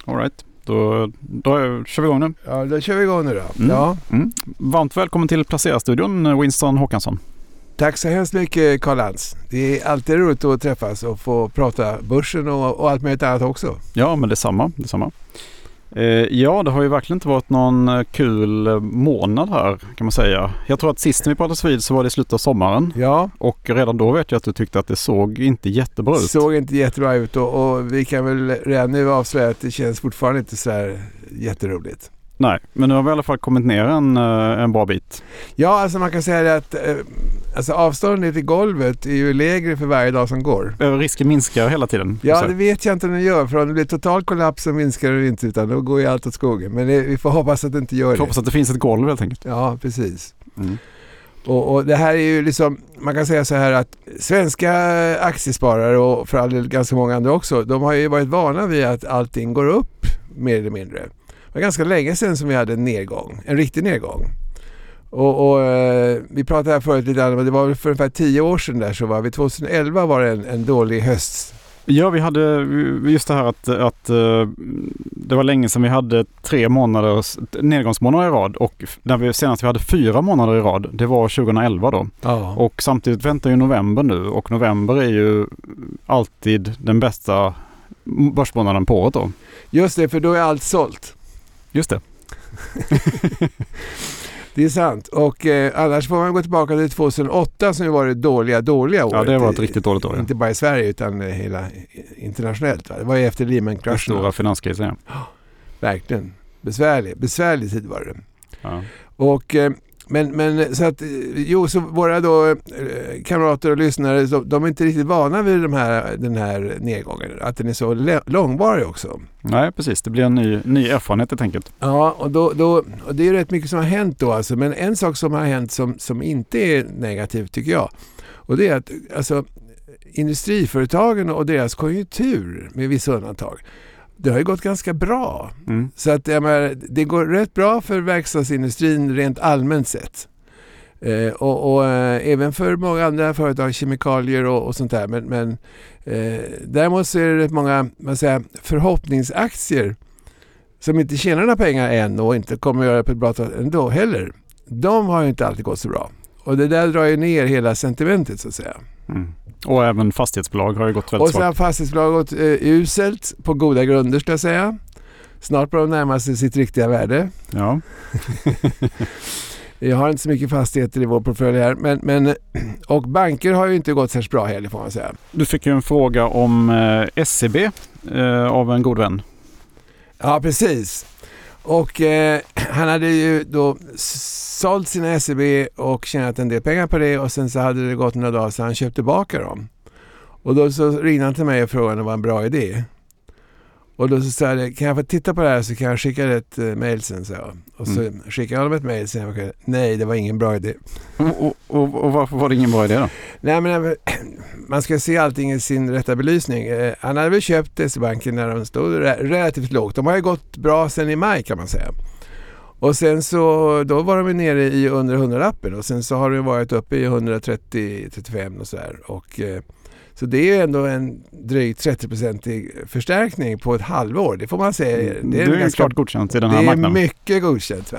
All right. Då kör vi igång nu. Ja, då kör vi igång nu då. Ja. Varmt välkommen till Placera-studion, Winston Håkansson. Tack så hemskt mycket, Karl-Hans. Det är alltid roligt att träffas och få prata börsen och allt möjligt annat också. Ja, men detsamma. Ja, det har ju verkligen inte varit någon kul månad här, kan man säga. Jag tror att sist vi pratade vid så var det i slutet av sommaren. Ja. Och redan då vet jag att du tyckte att det såg inte jättebra ut. Såg inte jättebra ut och vi kan väl redan nu avslöja att det känns fortfarande inte så här jätteroligt. Nej, men nu har vi i alla fall kommit ner en bra bit. Ja, alltså man kan säga att avståndet till golvet är ju lägre för varje dag som går. Risken minskar hela tiden. Ja, det vet jag inte om den gör. För om det blir total kollaps så minskar det inte, utan då går ju allt åt skogen. Men vi får hoppas att det inte gör det. Vi får hoppas att det finns ett golv helt enkelt. Ja, precis. Och det här är ju liksom, man kan säga så här att svenska aktiesparare och för all del ganska många andra också, de har ju varit vana vid att allting går upp mer eller mindre. Det var ganska länge sedan som vi hade en riktig nedgång. Och vi pratade här förut lite grann, men det var väl för ungefär 10 år sedan där, så var vi 2011 var det en dålig höst. Ja, vi hade just det här att det var länge sedan vi hade 3 månaders nedgångsmånader i rad, och när vi senast vi hade 4 månader i rad, det var 2011 då. Ja. Och samtidigt väntar ju november nu, och november är ju alltid den bästa börsmånaden på året då. Just det, för då är allt sålt. Just det. Det är sant. Och annars får man gå tillbaka till 2008 som ju var det dåliga året. Ja, det var ett riktigt dåligt år. Inte bara i Sverige utan hela internationellt. Va? Det var ju efter Lehman-kraschen. Stora finanskrisen, ja. Verkligen. Besvärlig tid var det. Ja. Och men så att så våra då kamrater och lyssnare, de är inte riktigt vana vid den här nedgången, att den är så långvarig också. Nej, precis. Det blir en ny erfarenhet helt enkelt. Ja, och det är ju rätt mycket som har hänt då alltså, men en sak som har hänt som inte är negativt tycker jag, och det är att alltså industriföretagen och deras konjunktur med vissa undantag, det har ju gått ganska bra. Så att det går rätt bra för verkstadsindustrin rent allmänt sett. Och även för många andra företag, kemikalier och sånt där. Men däremot så är det rätt många förhoppningsaktier som inte tjänar några pengar än och inte kommer att göra det på ett bra sätt ändå heller. De har ju inte alltid gått så bra. Och det där drar ju ner hela sentimentet så att säga. Och även fastighetsbolag har ju gått väldigt svagt. Och så har fastighetsbolag gått uselt på goda grunder ska jag säga. Snart börjar de närma sig sitt riktiga värde. Ja. Jag har inte så mycket fastigheter i vår portfölj här. Men, och banker har ju inte gått särskilt bra heller får man säga. Du fick ju en fråga om SEB av en god vän. Ja, precis. Och han hade ju då sålt sina SEB och tjänat en del pengar på det, och sen så hade det gått några dagar så han köpte tillbaka dem. Och då så ringde han till mig och frågade om det var en bra idé. Och då så sa jag, kan jag få titta på det här så kan jag skicka ett mejl sen, så. Och så skickade jag honom ett mejl sen. Nej, det var ingen bra idé. Och varför var det ingen bra idé då? Nej, men man ska se allting i sin rätta belysning. Han hade väl köpt SE-banken när de stod relativt lågt. De har ju gått bra sen i maj kan man säga. Och sen så, då var de nere i under 100-lappen och sen så har de varit uppe i 130-35 och sådär. Och så det är ju ändå en drygt 30% förstärkning på ett halvår. Det får man säga. Det är klart godkänt i den här marknaden. Det är mycket godkänt, va?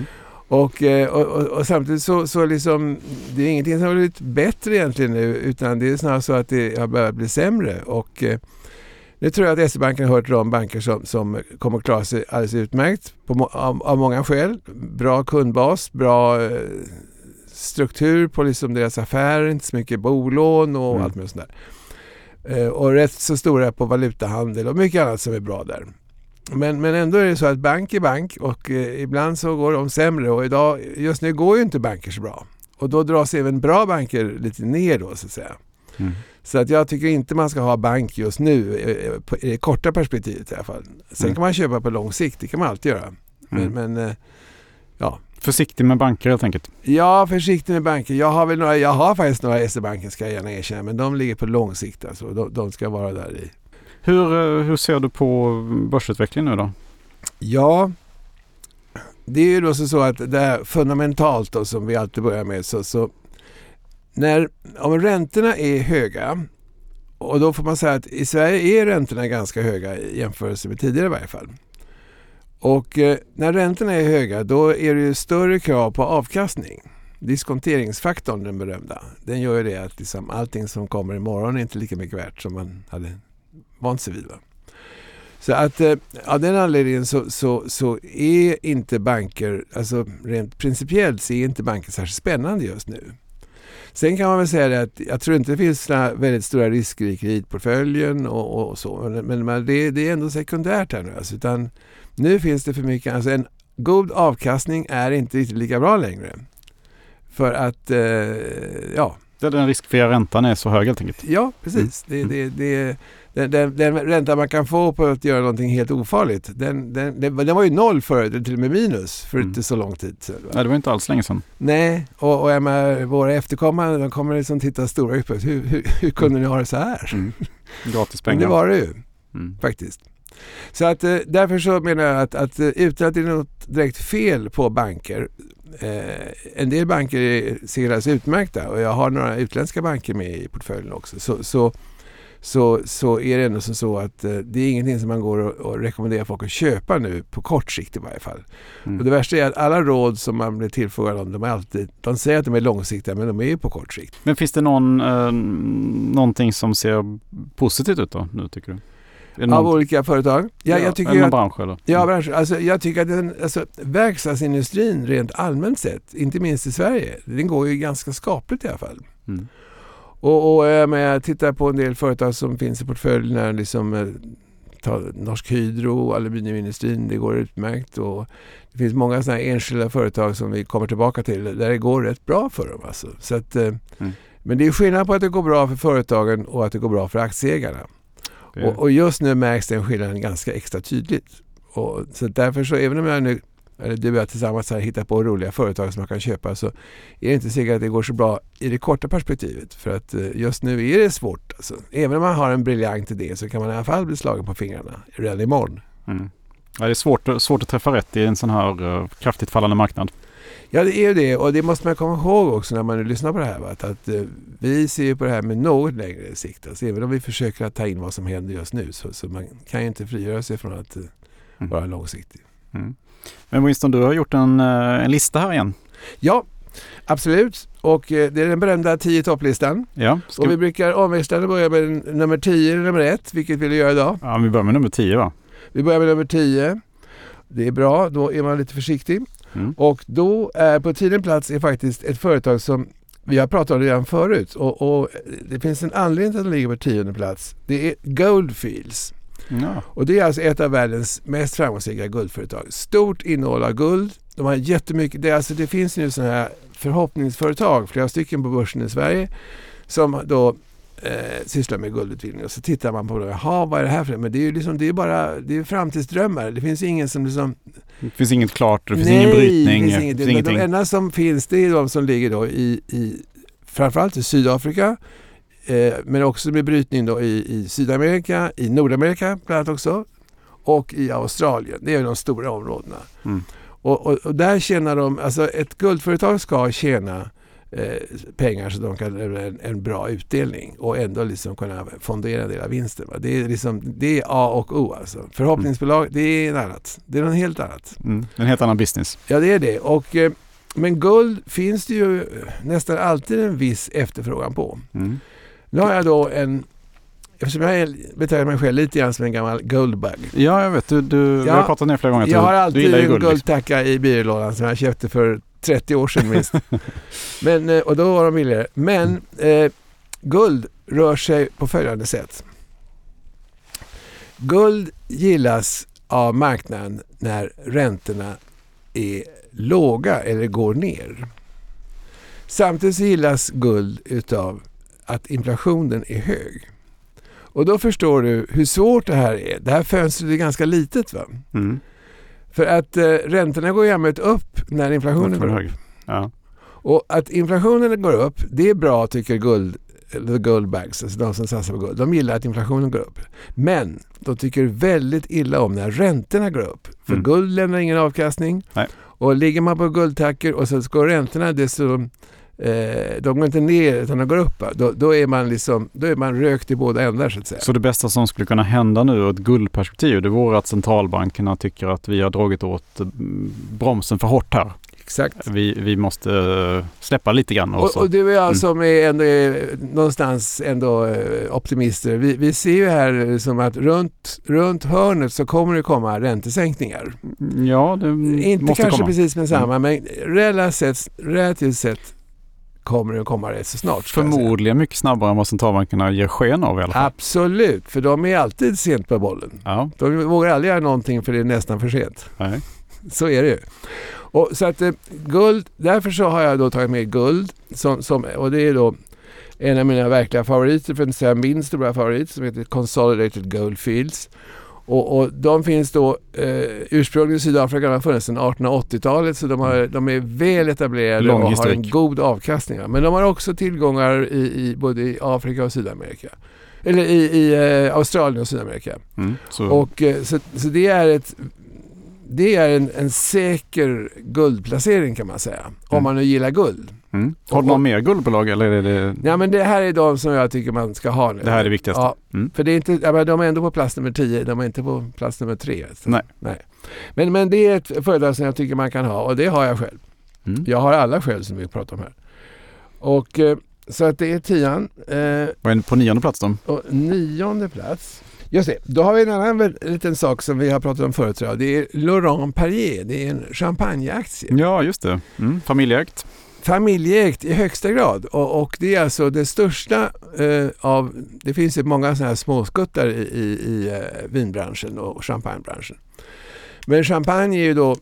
Och samtidigt så liksom, det är ingenting som har blivit bättre egentligen nu, utan det är snarare så att det har börjat bli sämre. Och nu tror jag att SE-banken hör till de banker som kommer att klara sig alldeles utmärkt av många skäl. Bra kundbas, bra struktur på liksom deras affärer, inte så mycket bolån och allt med sånt där. Och rätt så stora på valutahandel och mycket annat som är bra där. Men ändå är det så att bank är bank, och ibland så går de sämre, och just nu går ju inte banker så bra. Och då dras även bra banker lite ner då så att säga. Så att jag tycker inte man ska ha bank just nu i det korta perspektivet i alla fall. Sen kan man köpa på lång sikt, det kan man alltid göra. Men ja. Försiktig med banker helt enkelt. Ja, försiktig med banker. Jag har faktiskt några SE-banker ska jag gärna erkänna, men de ligger på lång sikt alltså. De ska vara där i. Hur ser du på börsutvecklingen nu då? Ja, det är ju då så att det är fundamentalt då, som vi alltid börjar med, så om räntorna är höga Och då får man säga att i Sverige är räntorna ganska höga i jämförelse med tidigare i varje fall. Och när räntorna är höga då är det ju större krav på avkastning. Diskonteringsfaktorn, den berömda, den gör ju det att liksom allting som kommer imorgon är inte lika mycket värt som man hade vant sig vid. Va? Så att av den anledningen så är inte banker, alltså rent principiellt så är inte banker särskilt spännande just nu. Sen kan man väl säga det att jag tror inte det finns några väldigt stora risker i kreditportföljen och så. Men det är ändå sekundärt här nu. Alltså, utan nu finns det för mycket, alltså en god avkastning är inte riktigt lika bra längre. För att, ja. Den riskfria räntan är så hög helt enkelt. Ja, precis. Den ränta man kan få på att göra någonting helt ofarligt, den var ju noll förut, till och med minus för inte så lång tid sedan. Nej, det var inte alls länge sedan. Nej, och jag menar, våra efterkommande, de kommer liksom titta stora upp. Hur kunde ni ha det så här? Gratis pengar. Men det var det ju, faktiskt. Så att därför så menar jag att utan att det är något direkt fel på banker, en del banker ser alldeles utmärkta och jag har några utländska banker med i portföljen också, så är det ändå så att det är ingenting som man går och rekommenderar folk att köpa nu på kort sikt i varje fall. Och det värsta är att alla råd som man blir tillfrågad om, de säger att de är långsiktiga, men de är ju på kort sikt. Men finns det någonting som ser positivt ut då nu, tycker du? Av olika företag? Ja, jag tycker någon bransch eller? Ja, bransch. Alltså, jag tycker att verkstadsindustrin rent allmänt sett, inte minst i Sverige, den går ju ganska skapligt i alla fall. Och jag tittar på en del företag som finns i portföljen, liksom Norsk Hydro, aluminiumindustrin, det går utmärkt, och det finns många sådana här enskilda företag som vi kommer tillbaka till där det går rätt bra för dem. Alltså. Så att, men det är skillnad på att det går bra för företagen och att det går bra för aktieägarna. Och just nu märks den skillnaden ganska extra tydligt. Och så därför så, även om jag nu, eller du och jag tillsammans här hittar på roliga företag som man kan köpa, så är det inte säkert att det går så bra i det korta perspektivet. För att just nu är det svårt. Alltså. Även om man har en briljant idé så kan man i alla fall bli slagen på fingrarna redan imorgon. Ja, det är svårt att träffa rätt i en sån här kraftigt fallande marknad. Ja, det är ju det, och det måste man komma ihåg också när man nu lyssnar på det här. Va? Att vi ser på det här med något längre sikt. Alltså, även om vi försöker att ta in vad som händer just nu, så man kan ju inte frigöra sig från att vara långsiktig. Men Winston, du har gjort en lista här igen. Ja, absolut. Och det är den berömda 10 topplistan. Ja, och vi brukar omväxlande börja med nummer 10 eller nummer 1. Vilket vill du göra idag? Ja, vi börjar med nummer 10, va? Vi börjar med nummer 10. Det är bra, då är man lite försiktig. Och då är på 10:e plats är faktiskt ett företag som vi har pratat om redan förut. Och det finns en anledning till att det ligger på 10:e plats. Det är Gold Fields. Ja. Och det är alltså ett av världens mest framgångsrika guldföretag. Stort innehåll av guld. De har jättemycket. Det finns nu sådana här förhoppningsföretag, flera stycken på börsen i Sverige, som då sysslar med guldutvinning. Och så tittar man på det. Vad är det här för det? Men det är ju liksom, det är framtidsdrömmar. Det finns ingen som liksom... Det finns inget klart, det finns ingen brytning. Det finns ingenting. De enda som finns, det är de som ligger då i framförallt i Sydafrika, men också med brytning då i Sydamerika, i Nordamerika bland annat också, och i Australien. Det är de stora områdena. Och där tjänar de, alltså ett guldföretag ska tjäna pengar så de kan göra en bra utdelning och ändå liksom kunna fondera en del av vinsten. Va? Det är A och O alltså. Förhoppningsbolag, det är annat. Det är något helt annat. En helt annan business. Ja, det är det. Och men guld finns det ju nästan alltid en viss efterfrågan på. Nu har jag då eftersom jag betraktar mig själv lite grann som en gammal guldbug. Ja, jag vet. Du har pratat ner flera gånger. Jag har alltid en guldtacka i byrålådan som jag köpte för 30 år sedan minst. Och då var de billigare. Men guld rör sig på följande sätt. Guld gillas av marknaden när räntorna är låga eller går ner. Samtidigt gillas guld utav att inflationen är hög. Och då förstår du hur svårt det här är. Det här fönstret är ganska litet, va? För att räntorna går jämnt upp när inflationen går upp. Ja. Och att inflationen går upp, det är bra tycker guldbags, alltså de som satsar på guld. De gillar att inflationen går upp. Men de tycker väldigt illa om när räntorna går upp. För guld lämnar ingen avkastning. Nej. Och ligger man på guldtacker och så går räntorna, desto de går inte ner utan de går upp. Då är man rökt i båda ändar så att säga. Så det bästa som skulle kunna hända nu ur ett guldperspektiv, det vore att centralbankerna tycker att vi har dragit åt bromsen för hårt här. Exakt. Vi måste släppa lite grann. Och du och jag som är ändå någonstans ändå optimister. Vi ser ju här som att runt hörnet så kommer det komma räntesänkningar. Ja, det inte måste kanske komma. Precis med samma, men relativt sett kommer det komma rätt så snart. Förmodligen mycket snabbare än vad centralbankerna ger sken av i alla fall. Absolut, för de är alltid sent på bollen. Ja. De vågar aldrig göra någonting för det är nästan för sent. Nej. Så är det ju. Och så att guld, därför så har jag då tagit med guld och det är då en av mina verkliga favoriter, för att inte säga min stora favorit, som heter Consolidated Goldfields. Och de finns då ursprungligen i Sydafrika, har funnits sedan 1880-talet, så de är väl etablerade och har en god avkastning. Men de har också tillgångar både i Afrika och Sydamerika. Eller i Australien och Sydamerika. Och så det är en säker guldplacering kan man säga. Om man nu gillar guld. Har du någon mer guldbolag eller är det... Ja, men det här är de som jag tycker man ska ha nu. Det här är det viktigaste. Ja, för det är inte, de är ändå på plats nummer 10, de är inte på plats nummer 3. Nej. Men det är ett företag som jag tycker man kan ha, och det har jag själv. Jag har alla själv som vi pratar om här. Och så att det är 10. Vad är på 9:e plats då? Och 9:e plats. Just det, då har vi en annan liten sak som vi har pratat om förut. Det är Laurent Perrier, det är en champagneaktie. Ja, just det. Familjeägt. Familjeägt i högsta grad. Och det är alltså det största det finns ju många sådana här småskuttar i vinbranschen och champagnebranschen. Men champagne är ju då,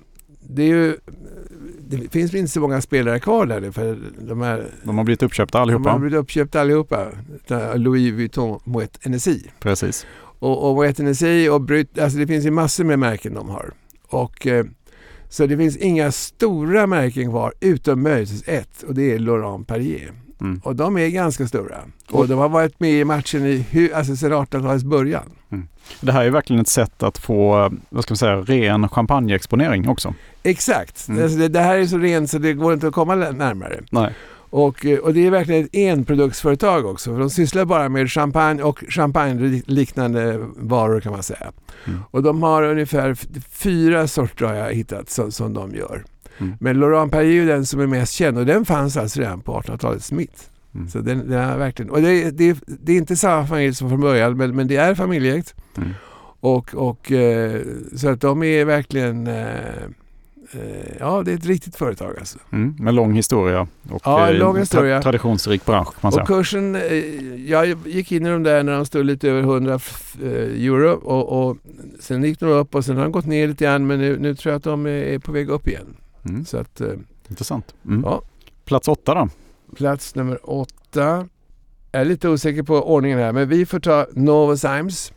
det finns inte så många spelare kvar där, för de har blivit uppköpta allihopa. Louis Vuitton, Moet Hennessy. Precis. Och Moet Hennessy och Brut, alltså det finns ju massor med märken de har. Och så det finns inga stora märken kvar utom möjligtvis ett, och det är Laurent Perrier. Och de är ganska stora. Och de har varit med i matchen sedan 1800-talets början. Det här är verkligen ett sätt att få, ren champagneexponering också. Exakt. Alltså det här är så rent så det går inte att komma närmare. Nej. Och det är verkligen ett enproduktsföretag också. För de sysslar bara med champagne och champagne-liknande varor kan man säga. Och de har ungefär 4 sorter har jag hittat som de gör. Men Laurent Perrier är den som är mest känd, och den fanns alltså redan på 1800-talets mitt. Så den är verkligen, och det är inte samma familj som från början, men det är familjeägt. Och så att de är verkligen det är ett riktigt företag alltså. Med lång historia och lång historia. Traditionsrik bransch kan man säga. Och kursen, jag gick in i dem där när de stod lite över 100 euro och sen gick de upp och sen har de gått ner lite grann, men nu tror jag att de är på väg upp igen. Så att, intressant. Ja. Plats 8 då? Plats nummer 8. Jag är lite osäker på ordningen här, men vi får ta Novozymes.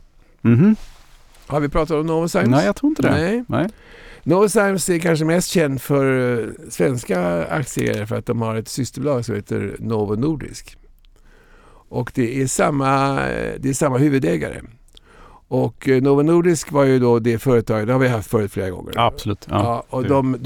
Har vi pratat om Novozymes? Nej, jag tror inte det. Nej. Novozymes är kanske mest känd för svenska aktieägare för att de har ett systerbolag som heter Novo Nordisk. Och det är samma huvudägare. Och Novo Nordisk var ju då det företaget, det har vi haft förut flera gånger. Absolut. Ja, och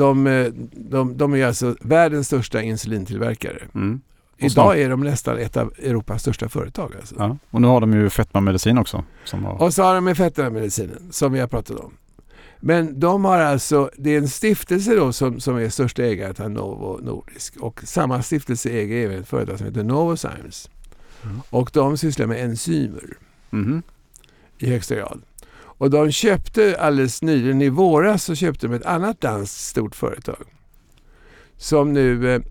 de är alltså världens största insulintillverkare. Idag är de nästan ett av Europas största företag. Alltså. Ja, och nu har de ju fetmamedicin också. Och så har de med fetmamedicinen som vi har pratat om. Men de har alltså, det är en stiftelse då som är största ägare till Novo Nordisk. Och samma stiftelse äger även ett företag som heter Novozymes. Och de sysslar med enzymer. I högsta grad. Och de köpte alldeles nyligen i våras, så köpte de ett annat danskt stort företag. Som nu,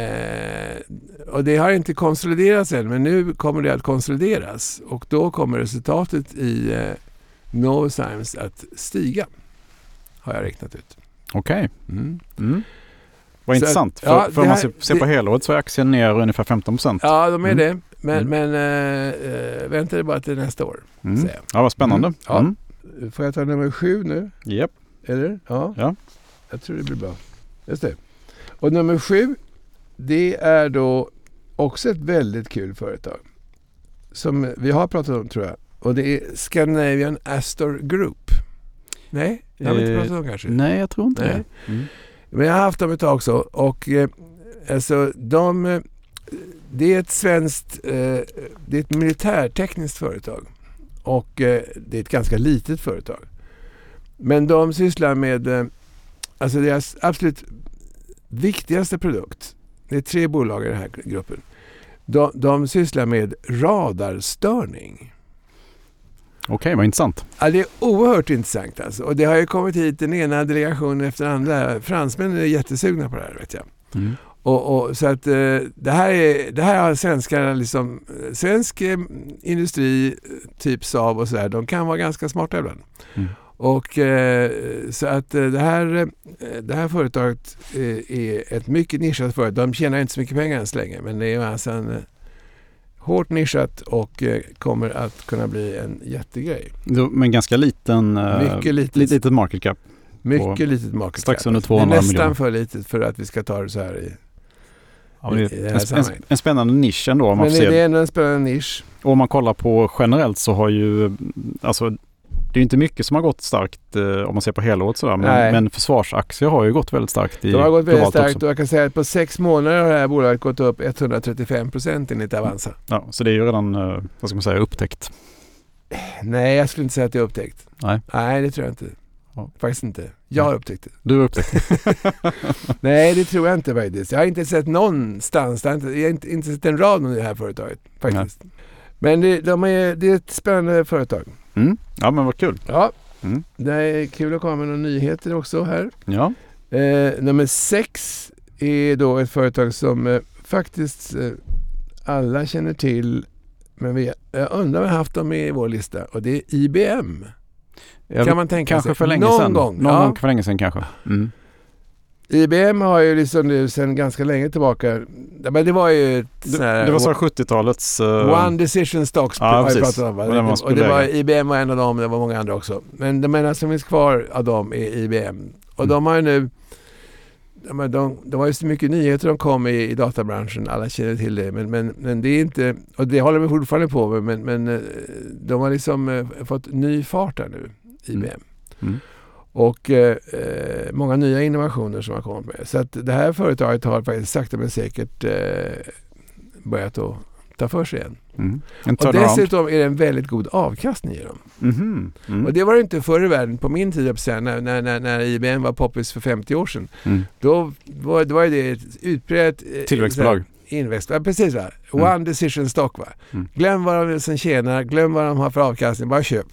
och det har inte konsoliderats än, men nu kommer det att konsolideras. Och då kommer resultatet i Novozymes att stiga. Har jag räknat ut. Okej. Vad intressant. För om man ser på helåret så är aktien ner ungefär 15%. Ja, de är det. Men vänta det bara till nästa år. Ja, vad spännande. Ja. Får jag ta nummer 7 nu? Japp. Eller? Ja. Jag tror det blir bra. Just det. Och nummer 7, det är då också ett väldigt kul företag. Som vi har pratat om, tror jag. Och det är Scandinavian Astor Group. Nej, jag har inte pratat om kanske. Nej, jag tror inte det. Men jag har haft dem ett tag också. Och Alltså det är ett svenskt, det är ett militärtekniskt företag och det är ett ganska litet företag. Men de sysslar med, alltså deras absolut viktigaste produkt, det är 3 bolag i den här gruppen. De sysslar med radarstörning. Okej, vad intressant. Ja, det är oerhört intressant alltså. Och det har ju kommit hit den ena delegationen efter den andra. Fransmännen är jättesugna på det här, vet jag. Mm. Och så att det här har svenskarna liksom, svensk industri typ Saab och så där, de kan vara ganska smarta ibland. Mm. Och så att det här företaget är ett mycket nischat företag. De tjänar inte så mycket pengar än så länge, men det är alltså en hårt nischat och kommer att kunna bli en jättegrej. Men ganska liten, mycket litet market cap. Mycket litet market cap. Strax under 200 miljoner. Det är nästan för litet för att vi ska ta det så här i en spännande nisch ändå. Om man men det är ändå en spännande nisch. Och om man kollar på generellt så har ju, alltså det är inte mycket som har gått starkt om man ser på helåret sådär. Men försvarsaktier har ju gått väldigt starkt. De har gått väldigt starkt också. Och jag kan säga att på 6 månader har det här bolaget gått upp 135% enligt Avanza. Ja, så det är ju redan, vad ska man säga, upptäckt. Nej, jag skulle inte säga att det är upptäckt. Nej, det tror jag inte. Ja. Faktiskt inte. Jag har upptäckt det. Du har upptäckt det? Nej, det tror jag inte faktiskt. Jag har inte sett någonstans. Jag har inte sett en rad om det här företaget faktiskt. Nej. Men det är ett spännande företag. Mm. Ja, men vad kul. Ja, det är kul att komma med några nyheter också här. Ja. Nummer 6 är då ett företag som faktiskt alla känner till. Men jag undrar om vi har haft dem med i vår lista. Och det är IBM. Kan man tänka kanske sig. För länge sedan. Någon gång för länge sedan kanske. Mm. IBM har ju liksom nu sedan ganska länge tillbaka, men det var ju det var så 70-talets One Decision Stocks har jag pratat om. Och det var IBM var en av dem, det var många andra också. Men de enda som finns kvar av dem är IBM. Och de har ju nu, de har ju så mycket nyheter de kom i databranschen, alla känner till det. Men det är inte, och det håller vi fortfarande på med, men de har liksom fått ny fart där nu, IBM. Mm. Och många nya innovationer som har kommit med. Så att det här företaget har faktiskt sakta men säkert börjat att ta för sig igen. Mm. Och dessutom är det en väldigt god avkastning i dem. Mm-hmm. Mm. Och det var det inte förr i världen på min tid när IBM var poppis för 50 år sedan. Mm. Då var det ett utbrett tillväxtbolag. Ja, precis va. One decision stock va. Mm. Glöm vad de sen tjänar, glöm vad de har för avkastning, bara köp.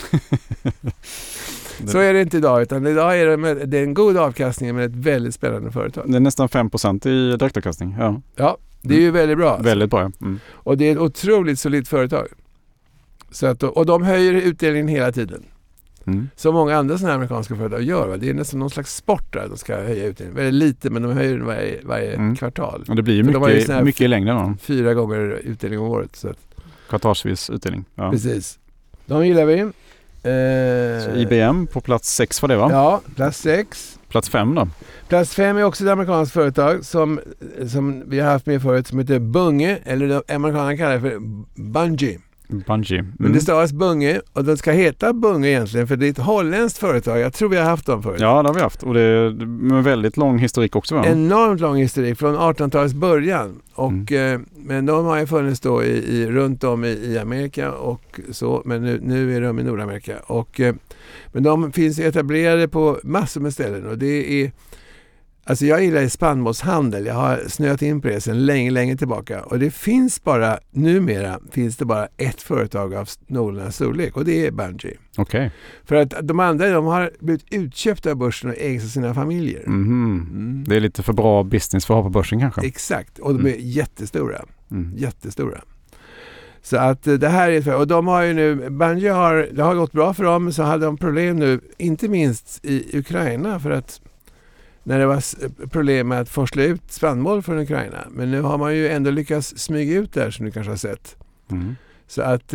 Så är det inte idag, utan idag är det en god avkastning med ett väldigt spännande företag. Det är nästan 5% i direktavkastning. Ja, det är ju väldigt bra. Väldigt bra, ja. Mm. Och det är ett otroligt solidt företag. Så att, och de höjer utdelningen hela tiden. Mm. Som många andra sådana amerikanska företag gör. Va? Det är nästan någon slags sport där de ska höja utdelningen. Väldigt lite, men de höjer den varje kvartal. Och det blir ju mycket i längden. 4 gånger utdelning om året. Så att. Kvartalsvis utdelning. Ja. Precis. De gillar vi. Så IBM på plats 6 var det va? Ja, plats 6. Plats 5 då? Plats 5 är också ett amerikanskt företag som vi har haft med förut som heter Bunge, eller amerikanerna kallar det för Bunge. Bunge. Mm. Men det stavas Bunge och det ska heta Bunge egentligen för det är ett holländskt företag. Jag tror vi har haft dem förut. Ja, det har vi haft. Och det är med väldigt lång historik också va? Enormt lång historik från 1800-talets början. Och, men de har ju funnits då runt om i Amerika och så. Men nu är de i Nordamerika. Och, men de finns etablerade på massor med ställen. Och det är... Alltså jag gillar spannmålshandel. Jag har snöat in på det sedan länge tillbaka. Och det finns numera finns det bara ett företag av någorlunda storlek. Och det är Bunge. Okay. För att de andra de har blivit utköpta av börsen och ägs av sina familjer. Mm. Det är lite för bra business för att ha på börsen kanske. Exakt. Och de är jättestora. Jättestora. Så att det här är... Och de har ju nu... Bunge det har gått bra för dem. Så hade de problem nu. Inte minst i Ukraina för att när det var problem med att forsla ut spannmål från Ukraina. Men nu har man ju ändå lyckats smyga ut där som du kanske har sett. Mm. Så att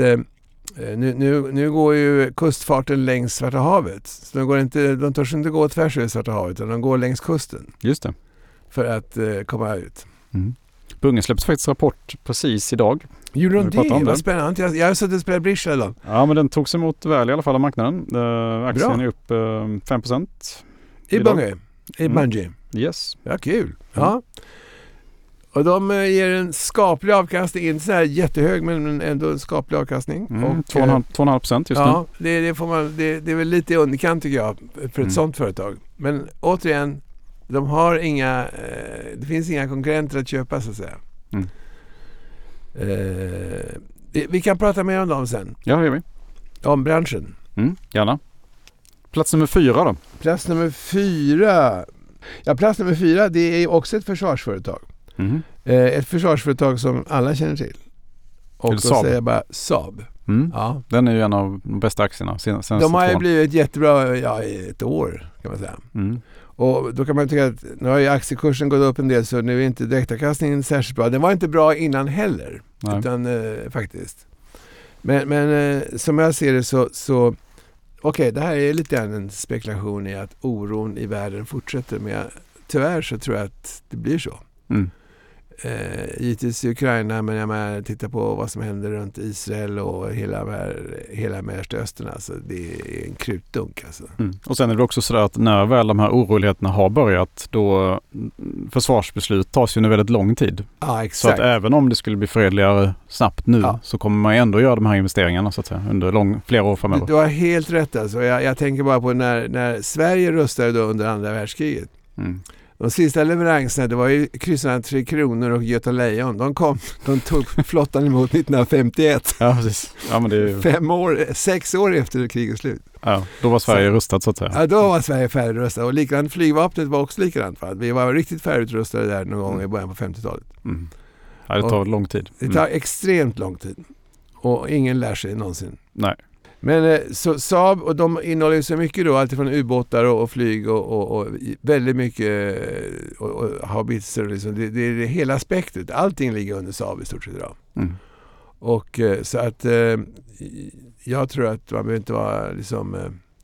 nu går ju kustfarten längs Svarta havet. Så de törs inte gå tvärs över Svarta havet utan de går längs kusten. Just det. För att komma ut. Mm. Bunge släppte faktiskt rapport precis idag. Gjorde de det? Vad spännande. Jag har suttit och spelat bridge eller? Ja, men den togs emot väl i alla fall av marknaden. Aktien är upp 5%. I Bunge? I Bunge? Yes. Ja, kul. Ja. Och de ger en skaplig avkastning, inte så här jättehög men ändå en skaplig avkastning. 2,5% just ja, nu. Det är väl lite i underkant tycker jag för ett sånt företag. Men återigen, de har det finns inga konkurrenter att köpa så att säga. Vi kan prata mer om dem sen. Ja, det gör vi. Om branschen. Gärna. Plats nummer 4 då? Plats nummer 4. Ja, plats nummer 4 det är också ett försvarsföretag. Ett försvarsföretag som alla känner till. Och då säger jag bara Saab. Ja. Den är ju en av de bästa aktierna. De har ju blivit jättebra i ett år kan man säga. Och då kan man tycka att nu har ju aktiekursen gått upp en del så nu är inte direktavkastningen särskilt bra. Den var inte bra innan heller. Nej. Utan faktiskt. Men som jag ser det så okej, det här är lite en spekulation i att oron i världen fortsätter. Men tyvärr så tror jag att det blir så. Givetvis i Ukraina, men jag menar, titta på vad som händer runt Israel och hela Mellersta Östern. Alltså, det är en krutdunk. Alltså. Och sen är det också så att när väl de här oroligheterna har börjat, då försvarsbeslut tas ju under väldigt lång tid. Ja, exakt. Så att även om det skulle bli fredligare snabbt nu så kommer man ändå göra de här investeringarna så att säga, under flera år framöver. Du har helt rätt. Alltså. Jag tänker bara på när Sverige rustade då under andra världskriget. De sista leveranserna, det var ju kryssarna 3 Kronor och Göta Lejon. De tog flottan emot 1951. Ja, precis. Ja, men det är ju... 6 år efter krigets slut. Ja, då var Sverige rustat så att säga. Ja, då var Sverige färdigrustat. Och likadant flygvapnet var också likadant. Vi var riktigt färdigutrustade där någon gång i början på 50-talet. Ja, det tar lång tid. Det tar extremt lång tid. Och ingen lär sig någonsin. Nej. Men så Saab, och de innehåller så mycket då, alltifrån ubåtar och flyg och väldigt mycket och haubitser. Liksom. Det är hela spektret. Allting ligger under Saab i stort sett idag. Och så att jag tror att man behöver inte vara liksom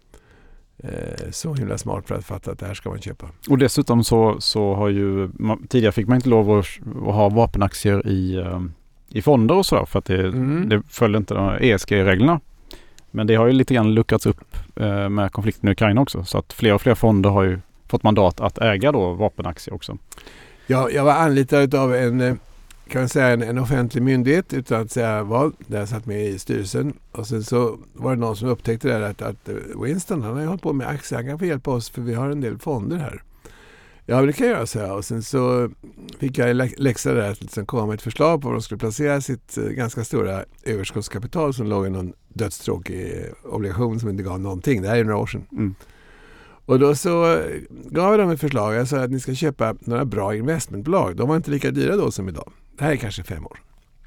så himla smart för att fatta att det här ska man köpa. Och dessutom så har ju tidigare fick man inte lov att ha vapenaktier i fonder och sådär för att det följde inte de ESG-reglerna. Men det har ju lite grann luckats upp med konflikten i Ukraina också. Så att fler och fler fonder har ju fått mandat att äga då vapenaktier också. Ja, jag var anlitad av en offentlig myndighet utan att säga vad. Där jag satt med i styrelsen. Och sen så var det någon som upptäckte det där att Winston, han har ju hållit på med aktier. Han kan få hjälpa oss för vi har en del fonder här. Ja, det kan jag göra, så här. Och sen så fick jag läxa där att liksom komma med ett förslag på var de skulle placera sitt ganska stora överskottskapital som låg i någon dödstråkig obligation som inte gav någonting. Det här är några år sedan. Och då så gav jag dem ett förslag. Jag sa att ni ska köpa några bra investmentbolag. De var inte lika dyra då som idag. Det här är kanske 5 år.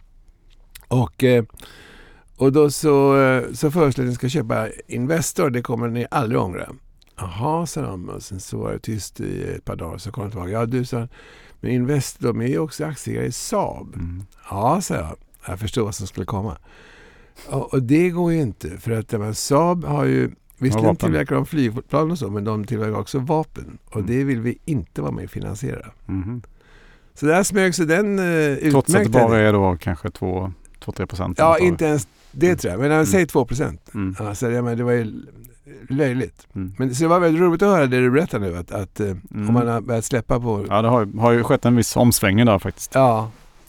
Och då så föreslår att ni ska köpa Investor. Det kommer ni aldrig ångra. Jaha, sa de. Och sen så var det tyst i ett par dagar. Så kom de tillbaka. Ja, du sa, men Investor, de är ju också aktieägare i Saab. Ja, sa jag. Jag förstår vad som skulle komma. Och det går ju inte. För att Saab har ju visserligen tillverkar de flygplan och så, men de tillverkar också vapen. Och det vill vi inte vara med och finansiera. Så där smög sig den utmärkt. Trots att det bara är då kanske 2-3%. Ja, inte ens det tror jag. Men jag säger 2%. Alltså, men det var ju löjligt. Men så det var väldigt roligt att höra det du berättar nu. Att om man har börjat släppa på... Ja, det har ju skett en viss omsvängning där faktiskt. Ja.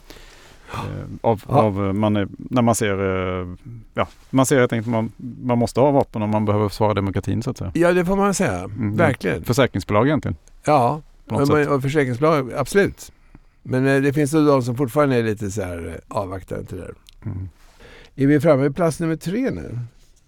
När man ser man ser helt enkelt man måste ha vapen om man behöver försvara demokratin så att säga. Ja, det får man säga. Verkligen. Försäkringsbolag egentligen. Ja, och försäkringsbolag, absolut. Men det finns de som fortfarande är lite så här avvaktande till det där. Är vi framme vid plats nummer 3 nu?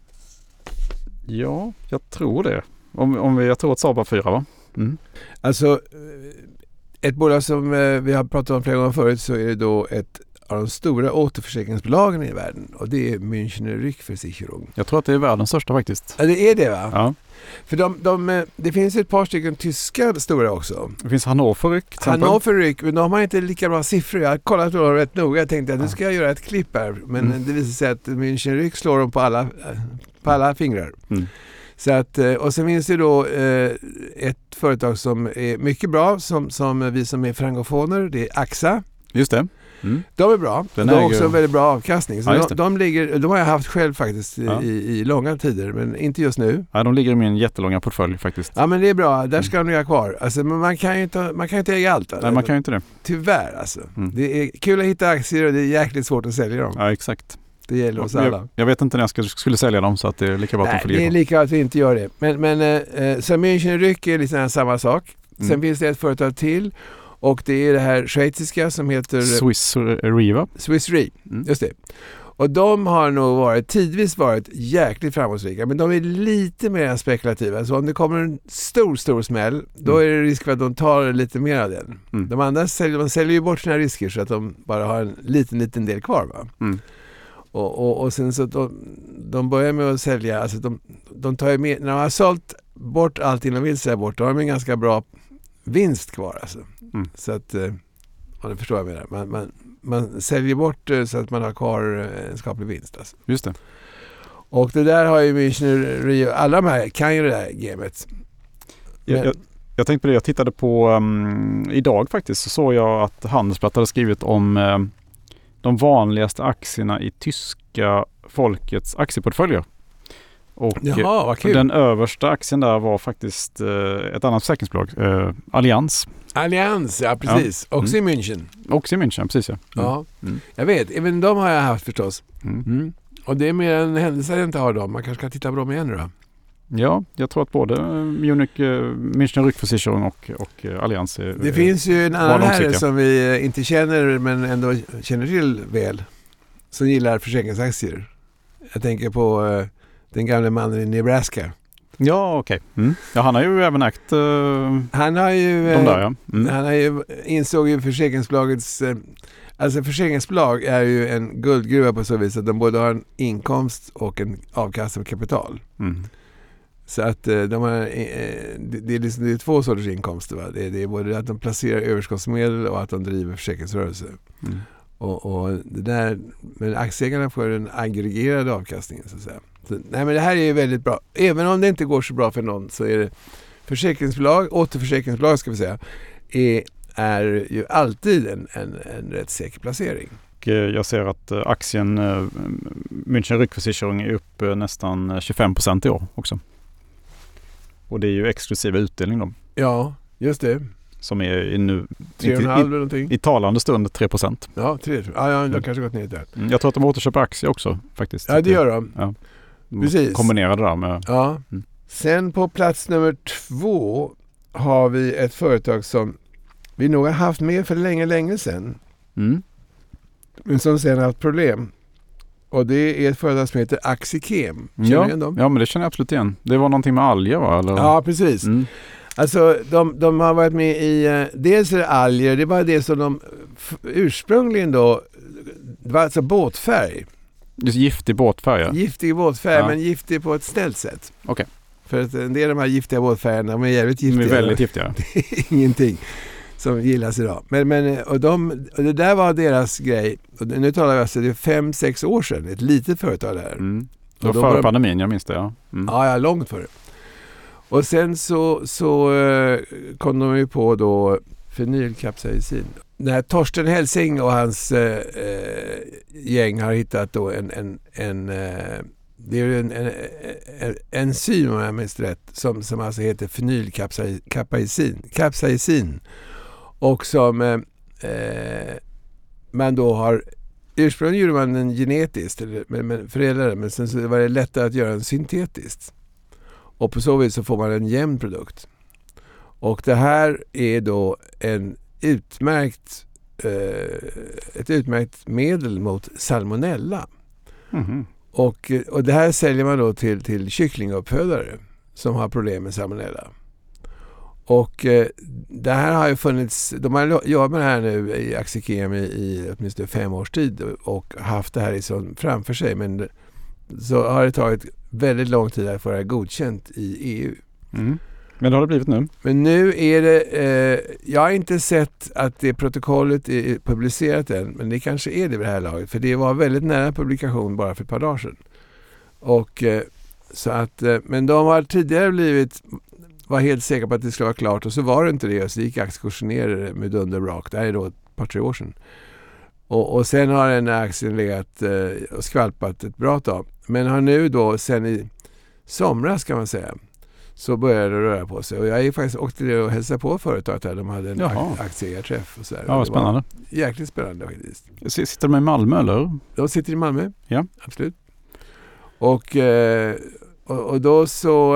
Ja, jag tror det. Jag tror att Saab var 4, va? Alltså, ett bolag som vi har pratat om flera gånger förut, så är det då ett av de stora återförsäkringsbolagen i världen. Och det är Münchner Rückversicherung. Jag tror att det är världens största faktiskt. Ja, det är det, va? Ja. För det finns ett par stycken tyska stora också. Det finns Hannover Rück. Hannover Rück, men de har inte lika bra siffror. Jag har kollat dem rätt noga. Jag tänkte att nu ska jag göra ett klipp här. Men det visar sig att Münchner Rück slår dem på alla fingrar. Så att, och sen finns det då ett företag som är mycket bra som vi som är frankofoner, det är AXA. Just det. De är bra. De har också väldigt bra avkastning. Så de har jag haft själv faktiskt i långa tider, men inte just nu. Ja, de ligger i min jättelånga portfölj faktiskt. Ja, men det är bra. Där ska de ligga kvar. Alltså, men man kan ju inte äga allt. Nej, man kan ju inte det. Tyvärr alltså. Det är kul att hitta aktier och det är jäkligt svårt att sälja dem. Ja, exakt. Det gäller oss alla. Jag vet inte när jag skulle sälja dem, så att det är lika bra att de får ligga. Det är lika bra att vi inte gör det. Men så München Rück är liksom samma sak. Sen finns det ett företag till. Och det är det här schweiziska som heter Swiss Re. Swiss Re, just det. Och de har nog tidvis varit jäkligt framgångsrika, men de är lite mer spekulativa. Så om det kommer en stor smäll, då är det risk för att de tar lite mer av den. De andra säljer ju bort sina risker så att de bara har en liten del kvar, va? Och sen så de börjar med att sälja, alltså de tar ju med, när de har sålt bort allting de vill sälja bort, då har de en ganska bra vinst kvar alltså. Så att det förstår jag menar. Man säljer bort så att man har kvar en skaplig vinst alltså. Just det. Och det där har ju München Rück, alla de här kan ju det där gamet. Jag tänkte på det, jag tittade på idag faktiskt, så såg jag att Handelsblatt hade skrivit om de vanligaste aktierna i tyska folkets aktieportföljer. Och vad kul. Den översta aktien där var faktiskt ett annat försäkringsbolag, Allianz. Allianz, ja precis. Ja. Också i München. Också i München, precis ja. Jag vet. Även de har jag haft förstås. Och det är mer en händelse att jag inte har dem. Man kanske ska titta på dem igen då. Ja, jag tror att både München Rückversicherung och Allianz är... Det finns ju en annan herre som vi inte känner men ändå känner till väl. Som gillar försäkringsaktier. Jag tänker på den gamla mannen i Nebraska. Ja, okej. Ja, han har ju även ägt han har ju, de där, ja. Han har ju, insåg ju försäkringsbolagets... Alltså försäkringsbolag är ju en guldgruva på så vis att de både har en inkomst och en avkastning på kapital. Så att de har, det är två sorters inkomster. Va? Det är både att de placerar överskottsmedel och att de driver försäkringsrörelse. Och det där, men aktieägarna får en aggregerad avkastning så att säga. Så, nej, men det här är ju väldigt bra. Även om det inte går så bra för någon så är det återförsäkringsbolag ska vi säga, är ju alltid en rätt säker placering. Jag ser att aktien München Rückversicherung är upp nästan 25% i år också. Och det är ju exklusiva utdelning då. Ja, just det. Som är nu 3,5 eller någonting. I talande stund 3%. Ja, 3. Ja, de kanske gått ner där. Jag tror att de återköper aktier också faktiskt. Ja, det gör de. Ja. Precis. Kombinerade där med... Ja. Sen på plats nummer 2 har vi ett företag som vi nog har haft med för länge sedan. Men som sen har haft problem. Och det är ett företag som heter Axikem. Känner du igen dem? Ja, men det känner jag absolut igen. Det var någonting med alger, va? Eller? Ja, precis. Alltså de har varit med i, dels är det alger, det var det som de ursprungligen då, det var alltså båtfärg. Just giftig båtfärg, ja. Giftig båtfärg, men giftig på ett snällt sätt. Okej. För att en del av de här giftiga båtfärgerna, de är jävligt giftiga. De är väldigt giftiga. Det är ingenting som gillas idag. Och det där var deras grej. Och nu talar vi alltså, det är 5-6 år sedan, ett litet företag där. Det var före pandemin, jag minns det, ja. Ja, långt före. Och sen så kom de ju på då fenylkapsaicin. När Torsten Helsing och hans gäng har hittat då det är ju en enzym om jag minns rätt som alltså heter fenylkapsaicin och som man då har ursprungligen gjorde man den genetiskt men förädlade, men sen så var det lättare att göra den syntetiskt. Och på så vis så får man en jämn produkt. Och det här är då ett utmärkt medel mot salmonella. Och det här säljer man då till kycklinguppfödare som har problem med salmonella. Och det här har ju funnits, de har jobbat med det här nu i Axikem i åtminstone 5 års tid och haft det här framför sig, men så har det tagit väldigt lång tid att få det här godkänt i EU. Men det har det blivit nu. Men nu är det, jag har inte sett att det protokollet är publicerat än, men det kanske är det vid det här laget, för det var väldigt nära publikation bara för ett par dagar sedan. Och så att, men de har tidigare var helt säkra på att det skulle vara klart och så var det inte det, och så gick aktiekursen ner med dunder brak. Det här är då ett par 3 år sedan. Och sen har den här aktien legat och skvalpat ett bra tag. Men har nu då sen i somras kan man säga så började det röra på sig. Och jag är faktiskt åkte och hälsade på företaget här. De hade en aktieägarträff och så där. Ja, vad spännande. Jäkligt spännande faktiskt. Sitter de i Malmö eller? De sitter i Malmö. Ja. Absolut. Och då så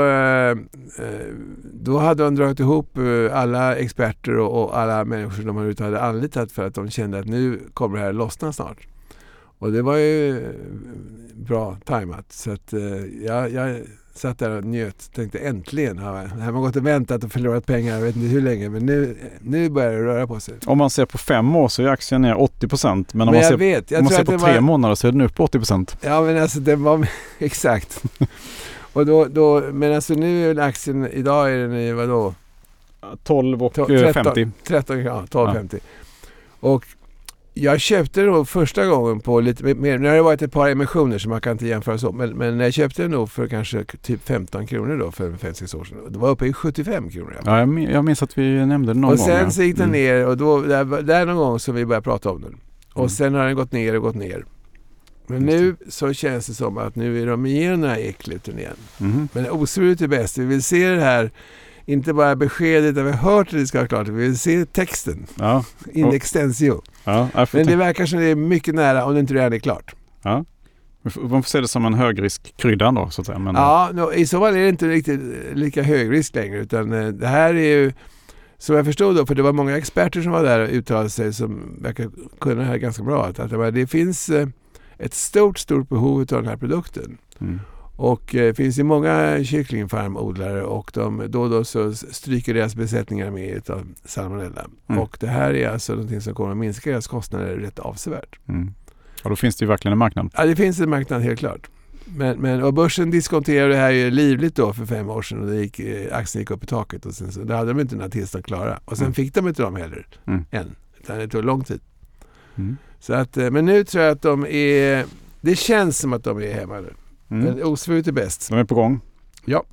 då hade de dragit ihop alla experter och alla människor som de hade anlitat för att de kände att nu kommer det här lossna snart. Och det var ju bra tajmat. Så att jag satt där och njöt. Tänkte äntligen. Här har gått och väntat och förlorat pengar. Jag vet inte hur länge. Men nu börjar det röra på sig. Om man ser på 5 år så är aktien ner 80%. Men om man ser på 3 månader så är den upp på 80%. Ja, men alltså det var exakt. Och då, men alltså nu är aktien, idag är den i vadå? 12 och 50. 13, ja, 12,50. Och jag köpte den då första gången på lite mer, nu har det varit ett par emissioner så man kan inte jämföra så, men jag köpte den då för kanske typ 15 kronor då för 5-6 år sedan. Det var uppe i 75 kronor. Ja, jag minns att vi nämnde det någon gång. Och sen så gick den ner och då, där någon gång så vi började prata om den. Och sen har den gått ner och gått ner. Men nu så känns det som att nu är de igenom den här ekluten igen. Men osvuret är bäst. Vi vill se det här, inte bara beskedet där vi hört att det ska vara klart. Vi vill se texten. Ja. In extensio. Ja, men det verkar som det är mycket nära om det inte redan är klart. Ja. Man får se det som en högriskkrydda då så att säga. Men ja, i så fall är det inte riktigt lika högrisk längre. Utan det här är ju, som jag förstod då, för det var många experter som var där och uttalade sig som verkar kunna det här ganska bra. Att det finns ett stort behov av den här produkten. Och det finns ju många kycklingfarmodlare och då och då så stryker deras besättningar med av salmonella. Och det här är alltså någonting som kommer att minska deras kostnader rätt avsevärt. Ja, då finns det ju verkligen en marknad. Ja, det finns en marknad helt klart. Och börsen diskonterade det här ju livligt då för 5 år sedan och aktien gick upp i taket och sen så där hade de inte några tillstånd klara. Och sen fick de inte dem heller än. Utan det tog lång tid. Så att, men nu tror jag att det känns som att de är hemma nu. Men osvuret är bäst. De är på gång. Ja.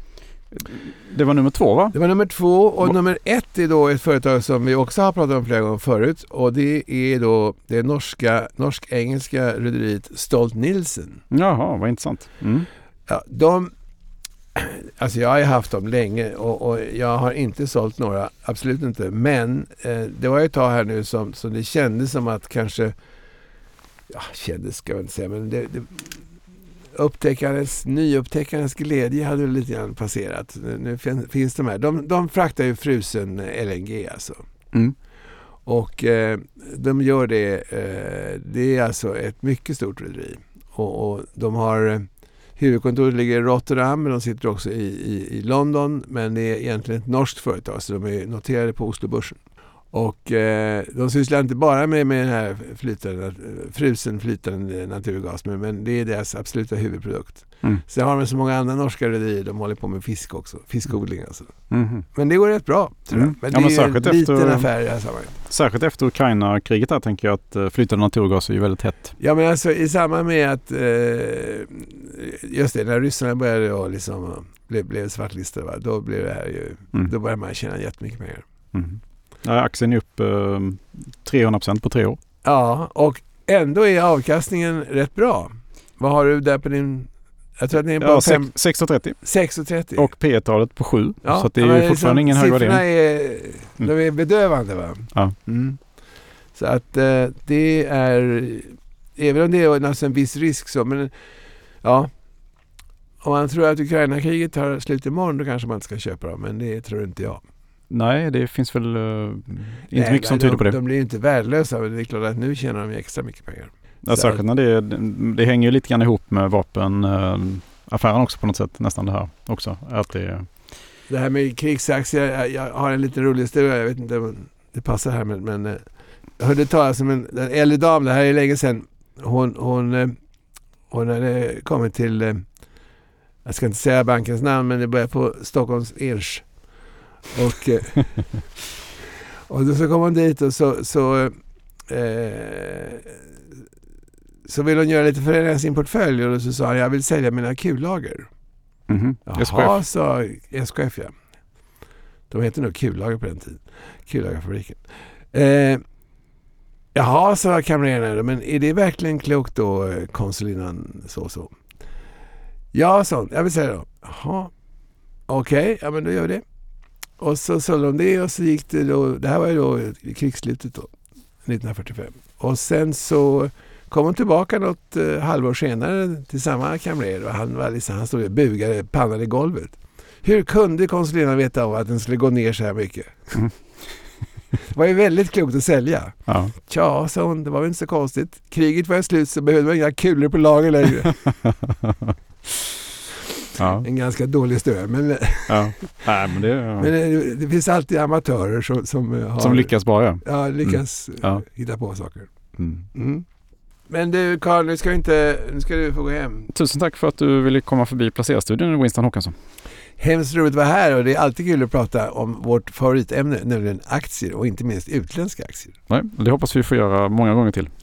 Det var nummer 2 va? Det var nummer 2 och nummer 1 är då ett företag som vi också har pratat om flera gånger förut och det är då det norsk-engelska rederiet Stolt-Nielsen. Jaha, vad intressant. Ja, alltså jag har ju haft dem länge och jag har inte sålt några, absolut inte. Men det var ju ett tag här nu som det kändes som att kanske, kändes ska jag inte säga, men det nyupptäckarens glädje hade lite grann passerat. Nu finns de här. De fraktar ju frusen LNG alltså. Och de gör det. Det är alltså ett mycket stort rederi. Och de har huvudkontoret ligger i Rotterdam, men de sitter också i London. Men det är egentligen ett norskt företag så de är noterade på Oslobörsen. Och de sysslar inte bara med den här frusen flytande naturgas, men det är deras absoluta huvudprodukt. Sen har de så många andra norska rederier, de håller på med fisk också, fiskodling alltså. Men det går rätt bra, tror jag. Men det är en liten affär i det här sammanhanget. Särskilt efter Ukraina-kriget här tänker jag att flytande naturgas är ju väldigt hett. Ja, men alltså i samband med att just det, när ryssarna började och liksom blev svartlistade, va? Då blev det här ju, då började man tjäna jättemycket pengar. Ja, aktien är upp 300% på 3 år. Ja, och ändå är avkastningen rätt bra. Vad har du där på din... Jag tror att det är bara 6,30. 6,30. Och P-talet på 7. Ja, så att det är ju fortfarande ingen hög värdering. De är bedövande, va? Ja. Så att det är... Även om det är alltså en viss risk så, men ja... Om man tror att Ukraina-kriget tar slut imorgon då kanske man inte ska köpa dem, men det tror inte jag. Nej, det finns väl inte mycket som tyder på det. De blir ju inte värdelösa, men det är klart att nu tjänar de extra mycket pengar. Ja, särskilt när det hänger ju lite grann ihop med vapenaffären också på något sätt, nästan det här också. Att det här med krigsaktier, jag har en liten rolig historia, jag vet inte om det passar här, men jag hörde talas om en äldre dam, det här är länge sedan, hon hade kommit till, jag ska inte säga bankens namn, men det börjar på Stockholms Ers. Och då så kom hon dit och så vill hon göra lite förändringar i sin portfölj och så sa han, jag vill sälja mina kullager. Jaha, sa SKF, ja. De heter nog kullager på den tiden. Kullagerfabriken. Jaha, sa kamreraren, men är det verkligen klokt då, konsulinnan så? Ja, så. Jag vill säga då. Jaha. Okej, ja men då gör vi det. Och så sa de det och så gick det då, det här var ju då krigsslutet då, 1945. Och sen så kom hon tillbaka något halvår senare till samma kamrer och han stod och bugade pannan i golvet. Hur kunde konsulinnan veta av att den skulle gå ner så här mycket? Mm. Det var ju väldigt klokt att sälja. Ja. Tja, sa hon, det var väl inte så konstigt. Kriget var slut så behövde man inga kulor på lager längre. Ja. En ganska dålig historia. Men, ja. Nej, men, men det finns alltid amatörer som lyckas bara. Ja, lyckas hitta på saker. Mm. Men du Carl, nu ska du få gå hem. Tusen tack för att du ville komma förbi Placerarstudion, Winston Håkansson. Hemskt roligt att vara här och det är alltid kul att prata om vårt favoritämne, nämligen aktier och inte minst utländska aktier. Nej, det hoppas vi får göra många gånger till.